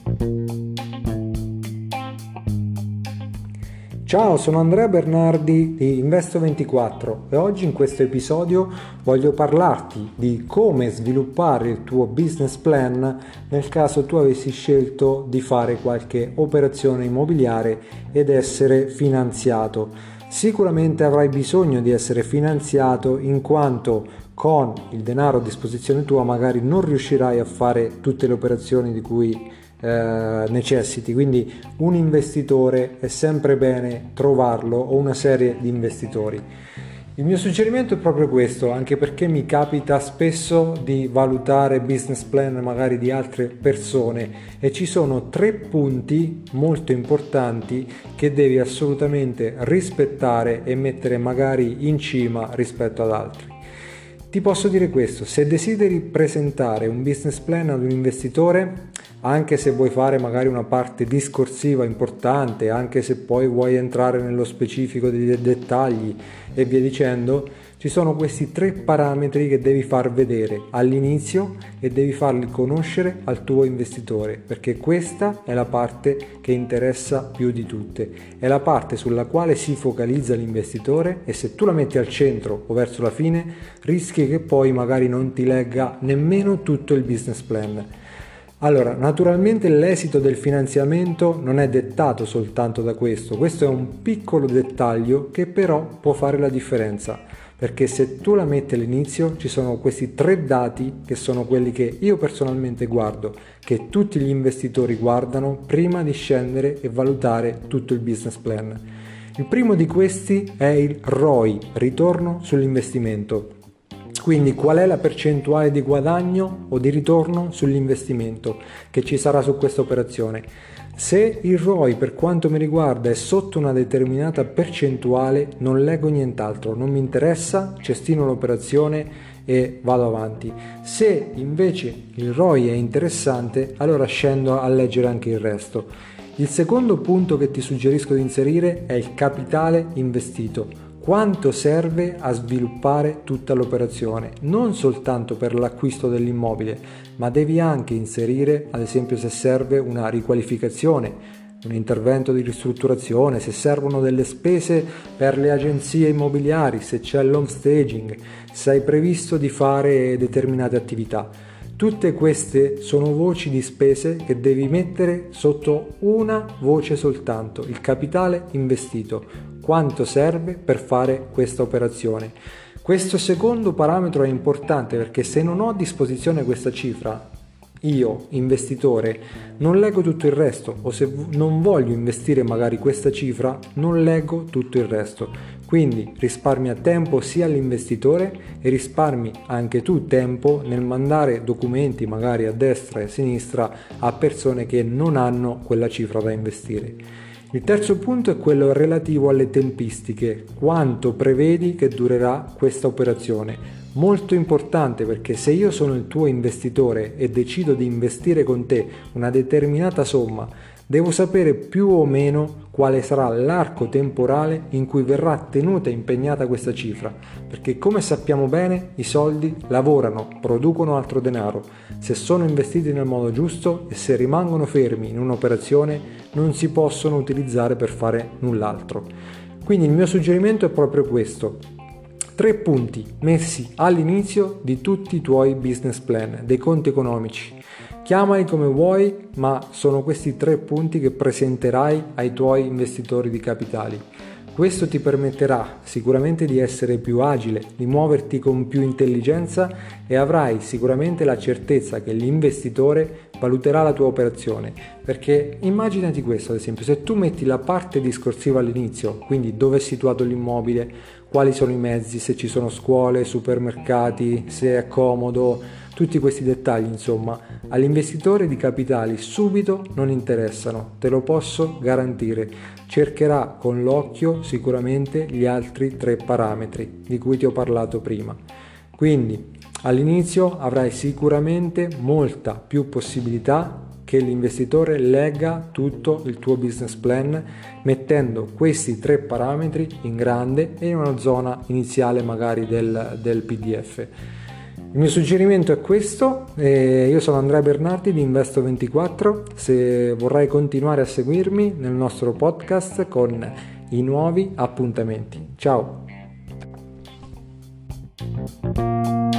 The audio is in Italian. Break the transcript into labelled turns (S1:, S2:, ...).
S1: Ciao, sono Andrea Bernardi di Investo24 e oggi in questo episodio voglio parlarti di come sviluppare il tuo business plan nel caso tu avessi scelto di fare qualche operazione immobiliare ed essere finanziato. Sicuramente avrai bisogno di essere finanziato in quanto con il denaro a disposizione tua magari non riuscirai a fare tutte le operazioni di cui necessiti, quindi un investitore è sempre bene trovarlo o una serie di investitori. Il mio suggerimento è proprio questo, anche perché mi capita spesso di valutare business plan magari di altre persone e ci sono 3 punti molto importanti che devi assolutamente rispettare e mettere magari in cima rispetto ad altri. Ti posso dire questo: se desideri presentare un business plan ad un investitore, anche se vuoi fare magari una parte discorsiva importante, anche se poi vuoi entrare nello specifico dei dettagli e via dicendo, ci sono questi 3 parametri che devi far vedere all'inizio e devi farli conoscere al tuo investitore, perché questa è la parte che interessa più di tutte, è la parte sulla quale si focalizza l'investitore e se tu la metti al centro o verso la fine rischi che poi magari non ti legga nemmeno tutto il business plan. Allora, naturalmente l'esito del finanziamento non è dettato soltanto da questo è un piccolo dettaglio che però può fare la differenza, perché se tu la metti all'inizio ci sono questi 3 dati che sono quelli che io personalmente guardo, che tutti gli investitori guardano prima di scendere e valutare tutto il business plan. Il primo di questi è il ROI, ritorno sull'investimento. Quindi qual è la percentuale di guadagno o di ritorno sull'investimento che ci sarà su questa operazione? Se il ROI per quanto mi riguarda è sotto una determinata percentuale, non leggo nient'altro, non mi interessa, cestino l'operazione e vado avanti. Se invece il ROI è interessante, allora scendo a leggere anche il resto. Il secondo punto che ti suggerisco di inserire è il capitale investito. Quanto serve a sviluppare tutta l'operazione, non soltanto per l'acquisto dell'immobile, ma devi anche inserire, ad esempio, se serve una riqualificazione, un intervento di ristrutturazione, se servono delle spese per le agenzie immobiliari, se c'è l'home staging, se hai previsto di fare determinate attività. Tutte queste sono voci di spese che devi mettere sotto una voce soltanto, il capitale investito. Quanto serve per fare questa operazione? Questo secondo parametro è importante perché se non ho a disposizione questa cifra, io, investitore, non leggo tutto il resto, o se non voglio investire magari questa cifra, non leggo tutto il resto. Quindi risparmia tempo sia all'investitore e risparmi anche tu tempo nel mandare documenti magari a destra e a sinistra a persone che non hanno quella cifra da investire. Il terzo punto è quello relativo alle tempistiche. Quanto prevedi che durerà questa operazione? Molto importante, perché se io sono il tuo investitore e decido di investire con te una determinata somma, devo sapere più o meno quale sarà l'arco temporale in cui verrà tenuta e impegnata questa cifra, perché come sappiamo bene i soldi lavorano, producono altro denaro. Se sono investiti nel modo giusto e se rimangono fermi in un'operazione non si possono utilizzare per fare null'altro. Quindi il mio suggerimento è proprio questo: 3 punti messi all'inizio di tutti i tuoi business plan, dei conti economici. Chiamali come vuoi, ma sono questi 3 punti che presenterai ai tuoi investitori di capitali. Questo ti permetterà sicuramente di essere più agile, di muoverti con più intelligenza e avrai sicuramente la certezza che l'investitore valuterà la tua operazione. Perché immaginati questo, ad esempio, se tu metti la parte discorsiva all'inizio, quindi dove è situato l'immobile, quali sono i mezzi, se ci sono scuole, supermercati, se è comodo, tutti questi dettagli, insomma, all'investitore di capitali subito non interessano, te lo posso garantire. Cercherà con l'occhio sicuramente gli altri 3 parametri di cui ti ho parlato prima. Quindi all'inizio avrai sicuramente molta più possibilità che l'investitore legga tutto il tuo business plan mettendo questi 3 parametri in grande e in una zona iniziale magari del PDF. Il mio suggerimento è questo, io sono Andrea Bernardi di Investo24, se vorrai continuare a seguirmi nel nostro podcast con i nuovi appuntamenti. Ciao!